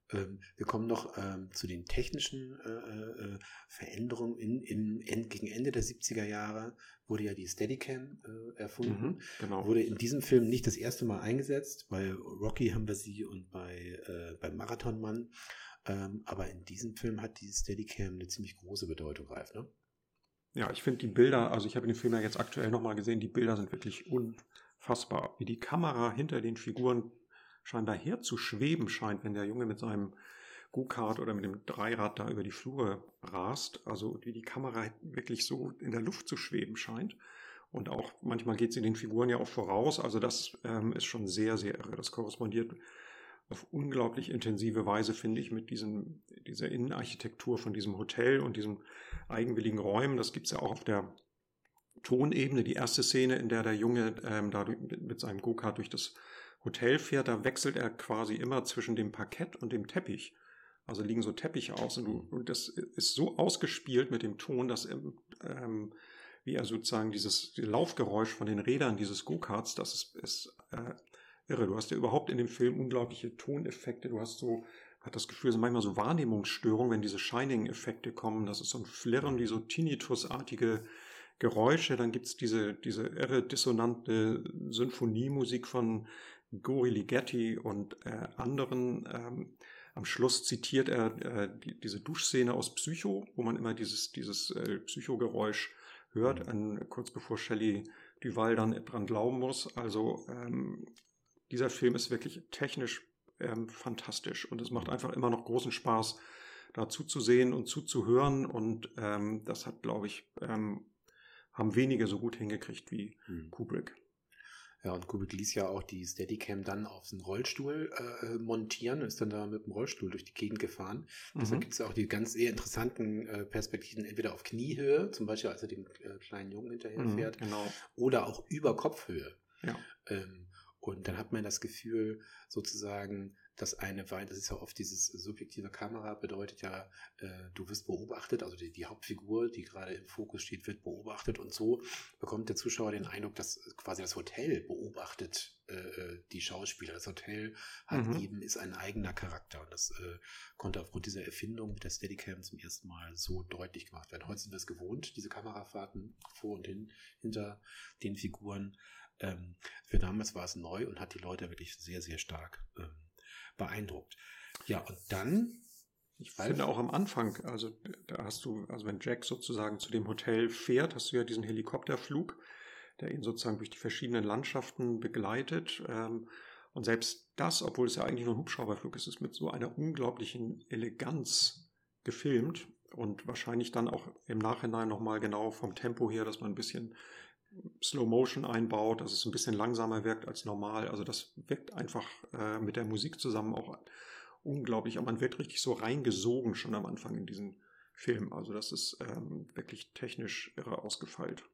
Speaker 1: Ähm, wir kommen noch ähm, zu den technischen äh, äh, Veränderungen. In, im, in, gegen Ende der siebziger Jahre wurde ja die Steadicam äh, erfunden.
Speaker 2: Mhm, genau.
Speaker 1: Wurde in diesem Film nicht das erste Mal eingesetzt. Bei Rocky haben wir sie und bei äh, beim Marathonmann. Ähm, aber in diesem Film hat die Steadicam eine ziemlich große Bedeutung, Ralf, ne?
Speaker 2: Ja, ich finde die Bilder, also ich habe den Film ja jetzt aktuell nochmal gesehen, die Bilder sind wirklich unfassbar. Wie die Kamera hinter den Figuren scheinbar herzuschweben scheint, wenn der Junge mit seinem Go-Kart oder mit dem Dreirad da über die Flure rast. Also wie die Kamera wirklich so in der Luft zu schweben scheint. Und auch manchmal geht sie den Figuren ja auch voraus. Also das ähm, ist schon sehr, sehr irre. Das korrespondiert auf unglaublich intensive Weise, finde ich, mit diesem, dieser Innenarchitektur von diesem Hotel und diesen eigenwilligen Räumen. Das gibt es ja auch auf der Tonebene. Die erste Szene, in der der Junge ähm, da mit seinem Go-Kart durch das Hotel fährt, da wechselt er quasi immer zwischen dem Parkett und dem Teppich. Also liegen so Teppiche aus und, du, und das ist so ausgespielt mit dem Ton, dass ähm, wie er sozusagen dieses Laufgeräusch von den Rädern dieses Go-Karts, das ist, ist äh, irre. Du hast ja überhaupt in dem Film unglaubliche Toneffekte. Du hast so, hat das Gefühl, es sind manchmal so Wahrnehmungsstörungen, wenn diese Shining-Effekte kommen. Das ist so ein Flirren, wie so Tinnitus-artige Geräusche. Dann gibt es diese, diese irre dissonante Sinfoniemusik von Gori Ligeti und äh, anderen. Ähm, am Schluss zitiert er äh, die, diese Duschszene aus Psycho, wo man immer dieses, dieses äh, Psycho-Geräusch hört, an, kurz bevor Shelley Duvall dann dran glauben muss. Also ähm, dieser Film ist wirklich technisch ähm, fantastisch und es macht einfach immer noch großen Spaß, da zuzusehen und zuzuhören und ähm, das hat, glaube ich, ähm, haben wenige so gut hingekriegt wie hm. Kubrick.
Speaker 1: Ja, und Kubrick ließ ja auch die Steadicam dann auf den Rollstuhl äh, montieren und ist dann da mit dem Rollstuhl durch die Gegend gefahren. Mhm. Deshalb gibt es auch die ganz eher interessanten äh, Perspektiven, entweder auf Kniehöhe, zum Beispiel als er den äh, kleinen Jungen hinterherfährt,
Speaker 2: mhm, genau.
Speaker 1: oder auch über Kopfhöhe.
Speaker 2: Ja.
Speaker 1: Ähm, und dann hat man das Gefühl, sozusagen, dass eine Weile, das ist ja oft dieses subjektive Kamera, bedeutet ja, äh, du wirst beobachtet, also die, die Hauptfigur, die gerade im Fokus steht, wird beobachtet und so bekommt der Zuschauer den Eindruck, dass quasi das Hotel beobachtet äh, die Schauspieler. Das Hotel hat mhm. eben, ist ein eigener Charakter und das äh, konnte aufgrund dieser Erfindung mit der Steadicam zum ersten Mal so deutlich gemacht werden. Heute sind wir es gewohnt, diese Kamerafahrten vor und hin, hinter den Figuren. Ähm, für damals war es neu und hat die Leute wirklich sehr, sehr stark ähm, beeindruckt. Ja, und dann...
Speaker 2: Ich finde auch am Anfang, also da hast du, also wenn Jack sozusagen zu dem Hotel fährt, hast du ja diesen Helikopterflug, der ihn sozusagen durch die verschiedenen Landschaften begleitet. Ähm, und selbst das, obwohl es ja eigentlich nur ein Hubschrauberflug ist, ist mit so einer unglaublichen Eleganz gefilmt und wahrscheinlich dann auch im Nachhinein nochmal genau vom Tempo her, dass man ein bisschen Slow Motion einbaut, dass es ein bisschen langsamer wirkt als normal. Also das wirkt einfach äh, mit der Musik zusammen auch unglaublich. Aber man wird richtig so reingesogen schon am Anfang in diesen Film. Also das ist ähm, wirklich technisch irre ausgefeilt.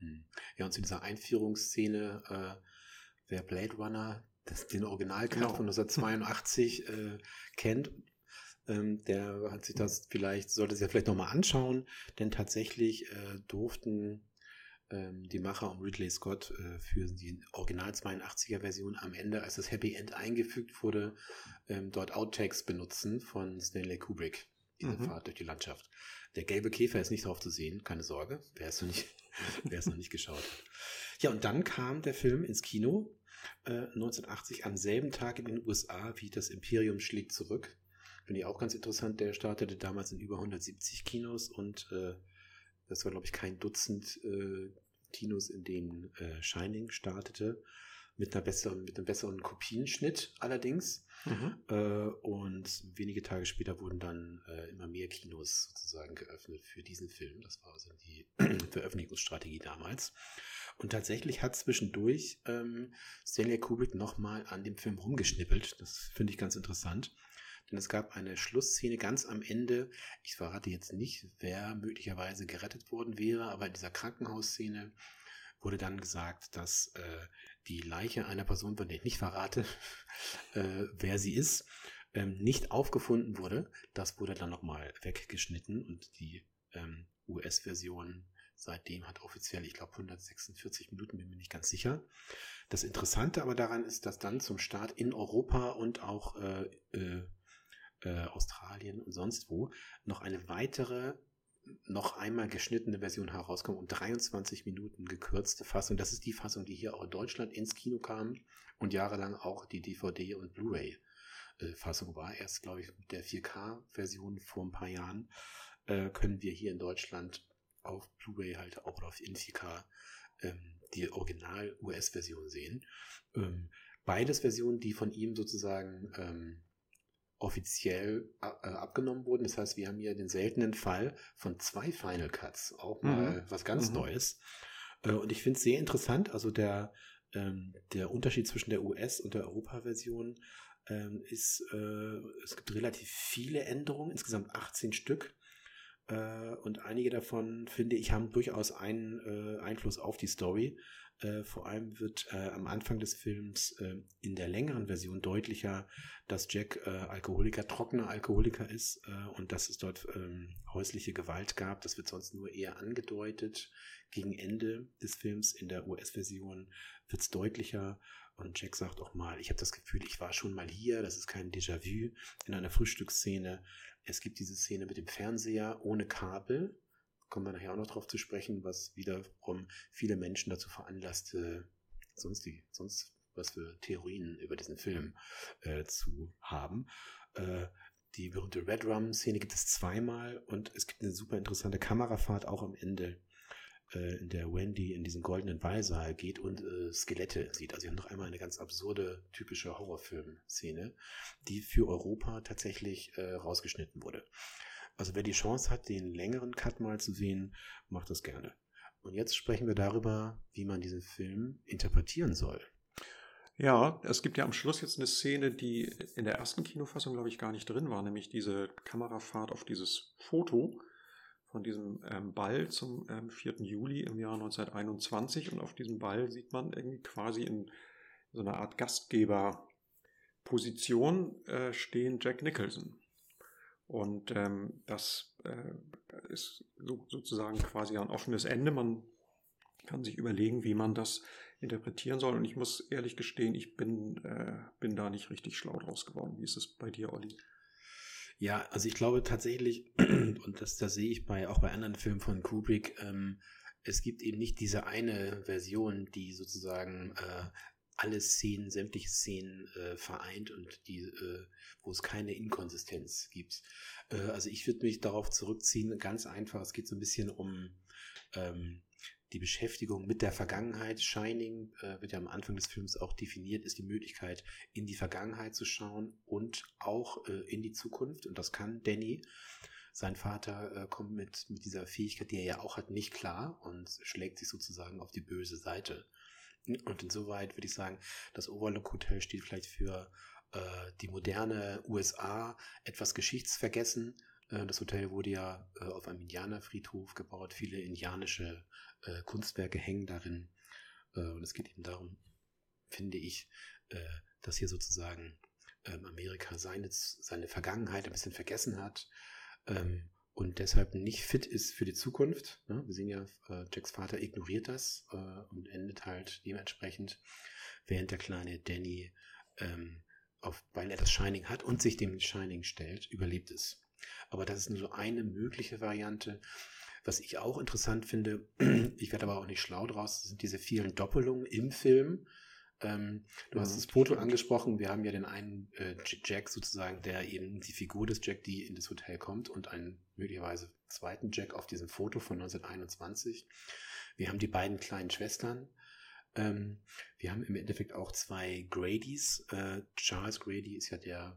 Speaker 1: Ja, und zu dieser Einführungsszene, äh, wer Blade Runner, das, den Originalcut
Speaker 2: genau.
Speaker 1: von neunzehnhundertzweiundachtzig äh, kennt, ähm, der hat sich das vielleicht, sollte sich ja vielleicht nochmal anschauen, denn tatsächlich äh, durften die Macher um Ridley Scott äh, für die Original zweiundachtziger Version am Ende, als das Happy End eingefügt wurde, ähm, dort Outtakes benutzen von Stanley Kubrick, diese mhm. Fahrt durch die Landschaft. Der gelbe Käfer ist nicht drauf zu sehen, keine Sorge, wer es noch nicht, wer es noch nicht geschaut hat. Ja, und dann kam der Film ins Kino äh, neunzehnhundertachtzig, am selben Tag in den U S A wie Das Imperium schlägt zurück. Finde ich auch ganz interessant, der startete damals in über hundertsiebzig Kinos und äh, das war, glaube ich, kein Dutzend äh, Kinos, in denen äh, Shining startete, mit einer besseren, mit einem besseren Kopienschnitt allerdings. Mhm. Äh, und wenige Tage später wurden dann äh, immer mehr Kinos sozusagen geöffnet für diesen Film. Das war also die Veröffentlichungsstrategie damals. Und tatsächlich hat zwischendurch ähm, Stanley Kubrick nochmal an dem Film rumgeschnippelt. Das finde ich ganz interessant. Denn es gab eine Schlussszene ganz am Ende. Ich verrate jetzt nicht, wer möglicherweise gerettet worden wäre, aber in dieser Krankenhausszene wurde dann gesagt, dass äh, die Leiche einer Person, von der ich nicht verrate, äh, wer sie ist, ähm, nicht aufgefunden wurde. Das wurde dann nochmal weggeschnitten und die ähm, U S-Version seitdem hat offiziell, ich glaube, hundertsechsundvierzig Minuten, bin mir nicht ganz sicher. Das Interessante aber daran ist, dass dann zum Start in Europa und auch äh, äh, äh, Australien und sonst wo, noch eine weitere, noch einmal geschnittene Version herauskommen, um dreiundzwanzig Minuten gekürzte Fassung. Das ist die Fassung, die hier auch in Deutschland ins Kino kam und jahrelang auch die D V D- und Blu-ray-Fassung war. Erst, glaube ich, mit der vier K-Version vor ein paar Jahren äh, können wir hier in Deutschland auf Blu-ray halt auch oder auf in vier K ähm, die Original-U S-Version sehen. Ähm, beides Versionen, die von ihm sozusagen ähm, offiziell äh, abgenommen wurden. Das heißt, wir haben hier den seltenen Fall von zwei Final Cuts. Auch mal mhm. was ganz mhm. Neues. Äh, und ich finde es sehr interessant. Also der, ähm, der Unterschied zwischen der U S- und der Europa-Version ähm, ist, äh, es gibt relativ viele Änderungen, insgesamt achtzehn Stück. Äh, und einige davon, finde ich, haben durchaus einen äh, Einfluss auf die Story. Äh, vor allem wird äh, am Anfang des Films äh, in der längeren Version deutlicher, dass Jack äh, Alkoholiker, trockener Alkoholiker ist äh, und dass es dort ähm, häusliche Gewalt gab. Das wird sonst nur eher angedeutet. Gegen Ende des Films in der U S-Version wird es deutlicher und Jack sagt auch mal, ich habe das Gefühl, ich war schon mal hier, das ist kein Déjà-vu in einer Frühstücksszene. Es gibt diese Szene mit dem Fernseher ohne Kabel. Kommen wir nachher auch noch drauf zu sprechen, was wiederum viele Menschen dazu veranlasste, sonst, die, sonst was für Theorien über diesen Film äh, zu haben. Äh, die berühmte Red Rum-Szene gibt es zweimal und es gibt eine super interessante Kamerafahrt auch am Ende, äh, in der Wendy in diesen goldenen Ballsaal geht und äh, Skelette sieht. Also wir haben noch einmal eine ganz absurde, typische Horrorfilm-Szene, die für Europa tatsächlich äh, rausgeschnitten wurde. Also wer die Chance hat, den längeren Cut mal zu sehen, macht das gerne. Und jetzt sprechen wir darüber, wie man diesen Film interpretieren soll.
Speaker 2: Ja, es gibt ja am Schluss jetzt eine Szene, die in der ersten Kinofassung, glaube ich, gar nicht drin war, nämlich diese Kamerafahrt auf dieses Foto von diesem ähm, Ball zum ähm, vierten Juli im Jahr neunzehnhunderteinundzwanzig. Und auf diesem Ball sieht man irgendwie quasi in so einer Art Gastgeberposition äh, stehen Jack Nicholson. Und ähm, das äh, ist so, sozusagen quasi ein offenes Ende. Man kann sich überlegen, wie man das interpretieren soll. Und ich muss ehrlich gestehen, ich bin, äh, bin da nicht richtig schlau draus geworden. Wie ist es bei dir, Olli?
Speaker 1: Ja, also ich glaube tatsächlich, und das, das sehe ich bei, auch bei anderen Filmen von Kubrick, ähm, es gibt eben nicht diese eine Version, die sozusagen äh, alle Szenen, sämtliche Szenen äh, vereint und die, äh, wo es keine Inkonsistenz gibt. Äh, also ich würde mich darauf zurückziehen, ganz einfach, es geht so ein bisschen um ähm, die Beschäftigung mit der Vergangenheit. Shining äh, wird ja am Anfang des Films auch definiert, ist die Möglichkeit, in die Vergangenheit zu schauen und auch äh, in die Zukunft. Und das kann Danny. Sein Vater äh, kommt mit, mit dieser Fähigkeit, die er ja auch hat, nicht klar und schlägt sich sozusagen auf die böse Seite. Und insoweit würde ich sagen, das Overlook Hotel steht vielleicht für äh, die moderne U S A, etwas geschichtsvergessen. Äh, das Hotel wurde ja äh, auf einem Indianerfriedhof gebaut. Viele indianische äh, Kunstwerke hängen darin. Äh, und es geht eben darum, finde ich, äh, dass hier sozusagen ähm, Amerika seine, seine Vergangenheit ein bisschen vergessen hat. Ähm, und deshalb nicht fit ist für die Zukunft. Ne? Wir sehen ja, äh, Jacks Vater ignoriert das äh, und endet halt dementsprechend, während der kleine Danny, ähm, auf, weil er das Shining hat und sich dem Shining stellt, überlebt es. Aber das ist nur so eine mögliche Variante. Was ich auch interessant finde, ich werde aber auch nicht schlau draus, sind diese vielen Doppelungen im Film. Ähm, du hast das Foto angesprochen, wir haben ja den einen äh, Jack sozusagen, der eben die Figur des Jack, die in das Hotel kommt und einen möglicherweise zweiten Jack auf diesem Foto von neunzehnhunderteinundzwanzig. Wir haben die beiden kleinen Schwestern. Ähm, wir haben im Endeffekt auch zwei Gradys. Äh, Charles Grady ist ja der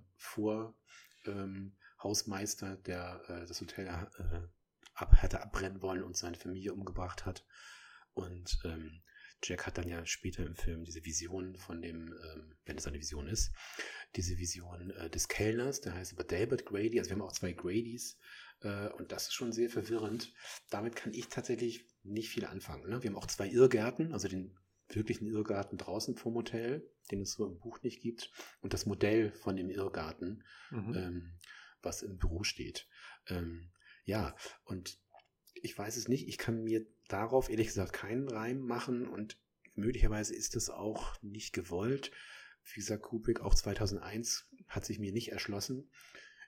Speaker 1: Vorhausmeister, ähm, der äh, das Hotel äh, ab, hätte abbrennen wollen und seine Familie umgebracht hat. Und ähm, Jack hat dann ja später im Film diese Vision von dem, ähm, wenn es eine Vision ist, diese Vision äh, des Kellners, der heißt aber Delbert Grady, also wir haben auch zwei Gradys äh, und das ist schon sehr verwirrend. Damit kann ich tatsächlich nicht viel anfangen. Ne? Wir haben auch zwei Irrgärten, also den wirklichen Irrgarten draußen vom Hotel, den es so im Buch nicht gibt, und das Modell von dem Irrgarten, mhm. ähm, was im Büro steht. Ähm, ja, und ich weiß es nicht, ich kann mir darauf ehrlich gesagt keinen Reim machen und möglicherweise ist es auch nicht gewollt. Wie gesagt, Kubrick auch zweitausendeins hat sich mir nicht erschlossen.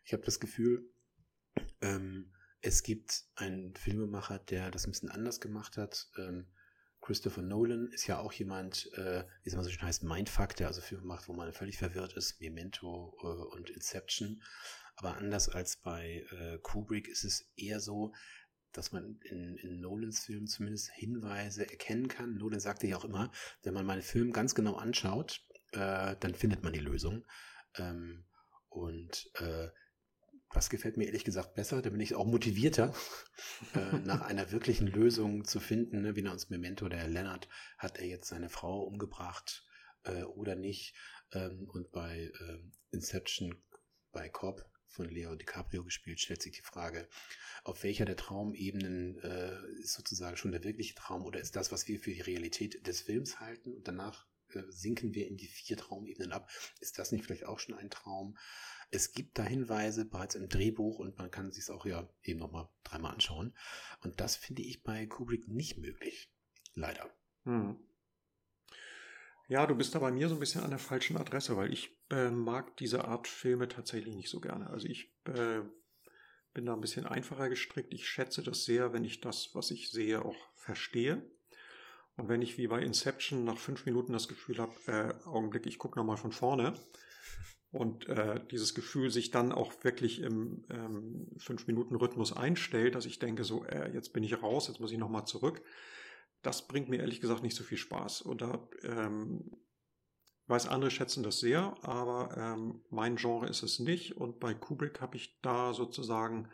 Speaker 1: Ich habe das Gefühl, ähm, es gibt einen Filmemacher, der das ein bisschen anders gemacht hat. Ähm, Christopher Nolan ist ja auch jemand, äh, wie es immer so schön heißt, Mindfuck, der also Filme macht, wo man völlig verwirrt ist, Memento äh, und Inception. Aber anders als bei äh, Kubrick ist es eher so, dass man in, in Nolans Filmen zumindest Hinweise erkennen kann. Nolan sagte ja auch immer, wenn man meinen Film ganz genau anschaut, äh, dann findet man die Lösung. Ähm, und äh, was gefällt mir ehrlich gesagt besser? Da bin ich auch motivierter, äh, nach einer wirklichen Lösung zu finden. Ne? Wie nach uns Memento, der Leonard, hat er jetzt seine Frau umgebracht äh, oder nicht? Ähm, und bei äh, Inception, bei Cobb von Leo DiCaprio gespielt, stellt sich die Frage, auf welcher der Traumebenen äh, ist sozusagen schon der wirkliche Traum oder ist das, was wir für die Realität des Films halten? Und danach äh, sinken wir in die vier Traumebenen ab. Ist das nicht vielleicht auch schon ein Traum? Es gibt da Hinweise bereits im Drehbuch und man kann sich es auch ja eben nochmal dreimal anschauen. Und das finde ich bei Kubrick nicht möglich. Leider.
Speaker 2: Hm. Ja, du bist da bei mir so ein bisschen an der falschen Adresse, weil ich äh, mag diese Art Filme tatsächlich nicht so gerne. Also ich äh, bin da ein bisschen einfacher gestrickt. Ich schätze das sehr, wenn ich das, was ich sehe, auch verstehe. Und wenn ich wie bei Inception nach fünf Minuten das Gefühl habe, äh, Augenblick, ich gucke nochmal von vorne, und äh, dieses Gefühl sich dann auch wirklich im ähm, fünf Minuten Rhythmus einstellt, dass ich denke, so, äh, jetzt bin ich raus, jetzt muss ich nochmal zurück. Das bringt mir ehrlich gesagt nicht so viel Spaß. Und da ähm, weiß, andere schätzen das sehr, aber ähm, mein Genre ist es nicht. Und bei Kubrick habe ich da sozusagen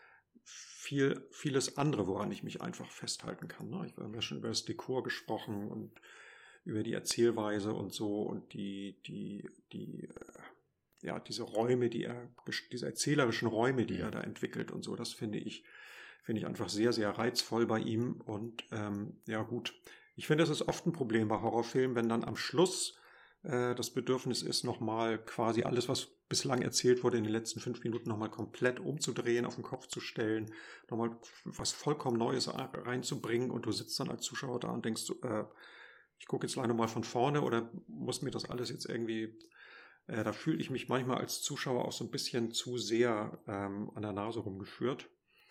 Speaker 2: viel, vieles andere, woran ich mich einfach festhalten kann. Ne? Ich habe ja schon über das Dekor gesprochen und über die Erzählweise und so und die, die, die, äh, ja, diese Räume, die er, diese erzählerischen Räume, die er da entwickelt und so, das finde ich, finde ich einfach sehr, sehr reizvoll bei ihm. Und ähm, ja gut, ich finde, das ist oft ein Problem bei Horrorfilmen, wenn dann am Schluss äh, das Bedürfnis ist, nochmal quasi alles, was bislang erzählt wurde, in den letzten fünf Minuten nochmal komplett umzudrehen, auf den Kopf zu stellen, nochmal was vollkommen Neues reinzubringen und du sitzt dann als Zuschauer da und denkst so, äh, ich gucke jetzt leider mal von vorne oder muss mir das alles jetzt irgendwie, äh, da fühle ich mich manchmal als Zuschauer auch so ein bisschen zu sehr ähm, an der Nase rumgeführt.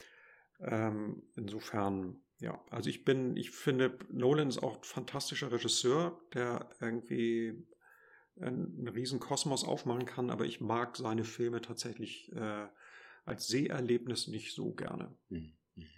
Speaker 2: Ähm, insofern, ja, also ich bin, ich finde, Nolan ist auch ein fantastischer Regisseur, der irgendwie einen, einen riesen Kosmos aufmachen kann, aber ich mag seine Filme tatsächlich äh, als Seherlebnis nicht so gerne.
Speaker 1: Mhm.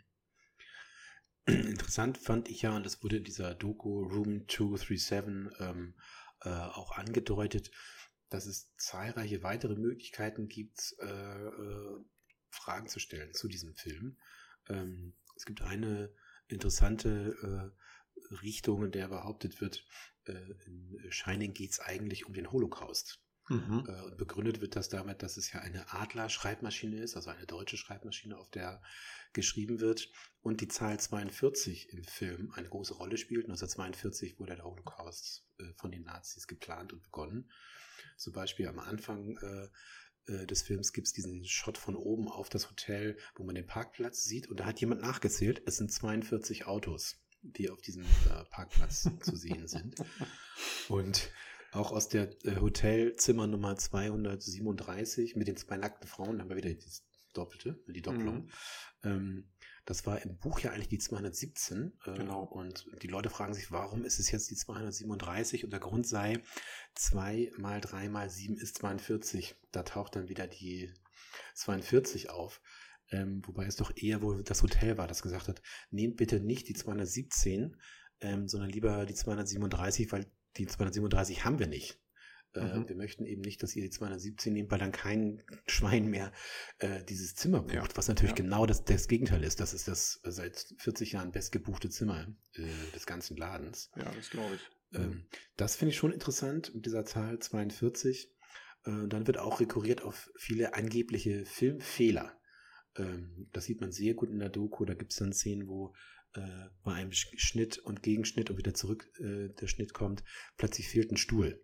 Speaker 1: Interessant fand ich ja, und das wurde in dieser Doku Room zweihundertsiebenundddreißig ähm, äh, auch angedeutet, dass es zahlreiche weitere Möglichkeiten gibt, äh, äh, Fragen zu stellen zu diesem Film. Ähm, es gibt eine interessante äh, Richtung, in der behauptet wird, äh, in Shining geht es eigentlich um den Holocaust.
Speaker 2: Mhm.
Speaker 1: Äh, und begründet wird das damit, dass es ja eine Adler-Schreibmaschine ist, also eine deutsche Schreibmaschine, auf der geschrieben wird und die Zahl zweiundvierzig im Film eine große Rolle spielt. neunzehnhundertzweiundvierzig wurde der Holocaust äh, von den Nazis geplant und begonnen. Zum Beispiel am Anfang äh, des Films gibt es diesen Shot von oben auf das Hotel, wo man den Parkplatz sieht und da hat jemand nachgezählt, es sind zweiundvierzig Autos, die auf diesem äh, Parkplatz zu sehen sind. Und auch aus der äh, Hotelzimmer Nummer zweihundertsiebenunddreißig mit den zwei nackten Frauen, da haben wir wieder das Doppelte, die Doppelung. Mhm. Ähm, das war im Buch ja eigentlich die zweihundertsiebzehn. Äh,
Speaker 2: genau.
Speaker 1: Und die Leute fragen sich, warum ist es jetzt die zweihundertsiebenunddreißig? Und der Grund sei, zwei mal drei mal sieben ist zweiundvierzig. Da taucht dann wieder die zweiundvierzig auf. Ähm, wobei es doch eher wohl das Hotel war, das gesagt hat, nehmt bitte nicht die zweihundertsiebzehn, ähm, sondern lieber die zweihundertsiebenunddreißig, weil die zweihundertsiebenunddreißig haben wir nicht. Äh, mhm. Wir möchten eben nicht, dass ihr die zweihundertsiebzehn nehmt, weil dann kein Schwein mehr äh, dieses Zimmer bucht, ja. was natürlich ja. genau das, das Gegenteil ist. Das ist das äh, seit vierzig Jahren bestgebuchte Zimmer äh, des ganzen Ladens.
Speaker 2: Ja, das glaube ich.
Speaker 1: Ähm, das finde ich schon interessant mit dieser Zahl zweiundvierzig. Äh, dann wird auch rekurriert auf viele angebliche Filmfehler. Ähm, das sieht man sehr gut in der Doku. Da gibt es dann Szenen, wo äh, bei einem Schnitt und Gegenschnitt und wieder zurück äh, der Schnitt kommt, plötzlich fehlt ein Stuhl.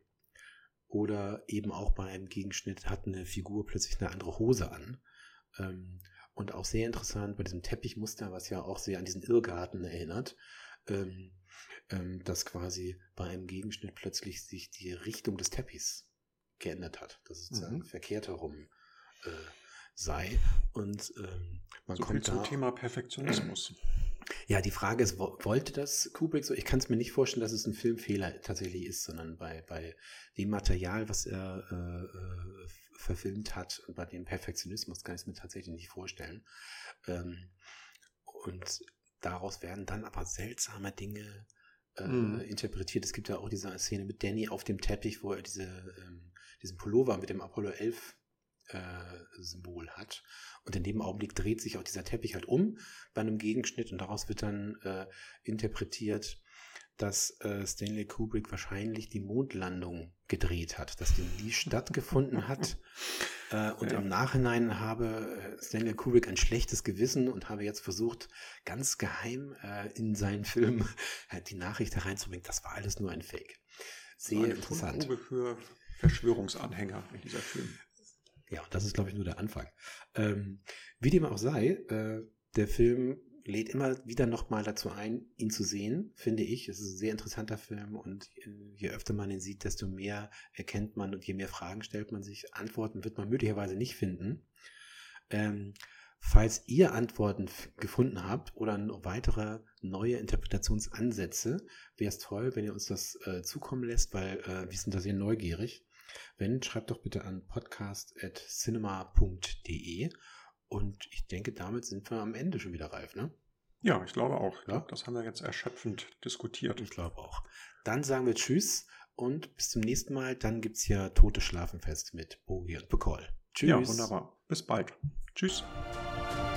Speaker 1: Oder eben auch bei einem Gegenschnitt hat eine Figur plötzlich eine andere Hose an. Ähm, und auch sehr interessant bei diesem Teppichmuster, was ja auch sehr an diesen Irrgarten erinnert, ähm, ähm, dass quasi bei einem Gegenschnitt plötzlich sich die Richtung des Teppichs geändert hat. Dass es sozusagen mhm. verkehrt herum äh, sei. Und ähm, man
Speaker 2: so
Speaker 1: kommt
Speaker 2: viel zum
Speaker 1: da,
Speaker 2: Thema Perfektionismus.
Speaker 1: Ja, die Frage ist, wo- wollte das Kubrick so? Ich kann es mir nicht vorstellen, dass es ein Filmfehler tatsächlich ist, sondern bei, bei dem Material, was er äh, äh, verfilmt hat und bei dem Perfektionismus kann ich es mir tatsächlich nicht vorstellen. Ähm, und daraus werden dann aber seltsame Dinge äh,
Speaker 2: Mhm.
Speaker 1: interpretiert. Es gibt ja auch diese Szene mit Danny auf dem Teppich, wo er diese, ähm, diesen Pullover mit dem Apollo elf äh, Symbol hat. Und in dem Augenblick dreht sich auch dieser Teppich halt um bei einem Gegenschnitt und daraus wird dann äh, interpretiert, dass äh, Stanley Kubrick wahrscheinlich die Mondlandung gedreht hat, dass die nie stattgefunden hat. Äh, und
Speaker 2: Ja.
Speaker 1: im Nachhinein habe äh, Stanley Kubrick ein schlechtes Gewissen und habe jetzt versucht, ganz geheim äh, in seinen Film äh, die Nachricht hereinzubringen, das war alles nur ein Fake.
Speaker 2: So
Speaker 1: Sehr
Speaker 2: eine
Speaker 1: interessant.
Speaker 2: Fundgrube für Verschwörungsanhänger in dieser Film.
Speaker 1: Ja, und das ist, glaube ich, nur der Anfang. Ähm, wie dem auch sei, äh, der Film lädt immer wieder nochmal dazu ein, ihn zu sehen, finde ich. Es ist ein sehr interessanter Film und äh, je öfter man ihn sieht, desto mehr erkennt man und je mehr Fragen stellt man sich. Antworten wird man möglicherweise nicht finden. Ähm, falls ihr Antworten f- gefunden habt oder noch weitere neue Interpretationsansätze, wäre es toll, wenn ihr uns das äh, zukommen lässt, weil äh, wir sind da sehr neugierig. Wenn, schreibt doch bitte an podcast at cinema punkt de und ich denke, damit sind wir am Ende schon wieder reif, ne?
Speaker 2: Ja, ich glaube auch. Ich
Speaker 1: Ja?
Speaker 2: glaube, das haben wir jetzt erschöpfend diskutiert.
Speaker 1: Ich glaube auch. Dann sagen wir Tschüss und bis zum nächsten Mal. Dann gibt es hier Tote Schlafenfest mit Bogi und Bacall. Tschüss.
Speaker 2: Ja, wunderbar. Bis bald. Tschüss.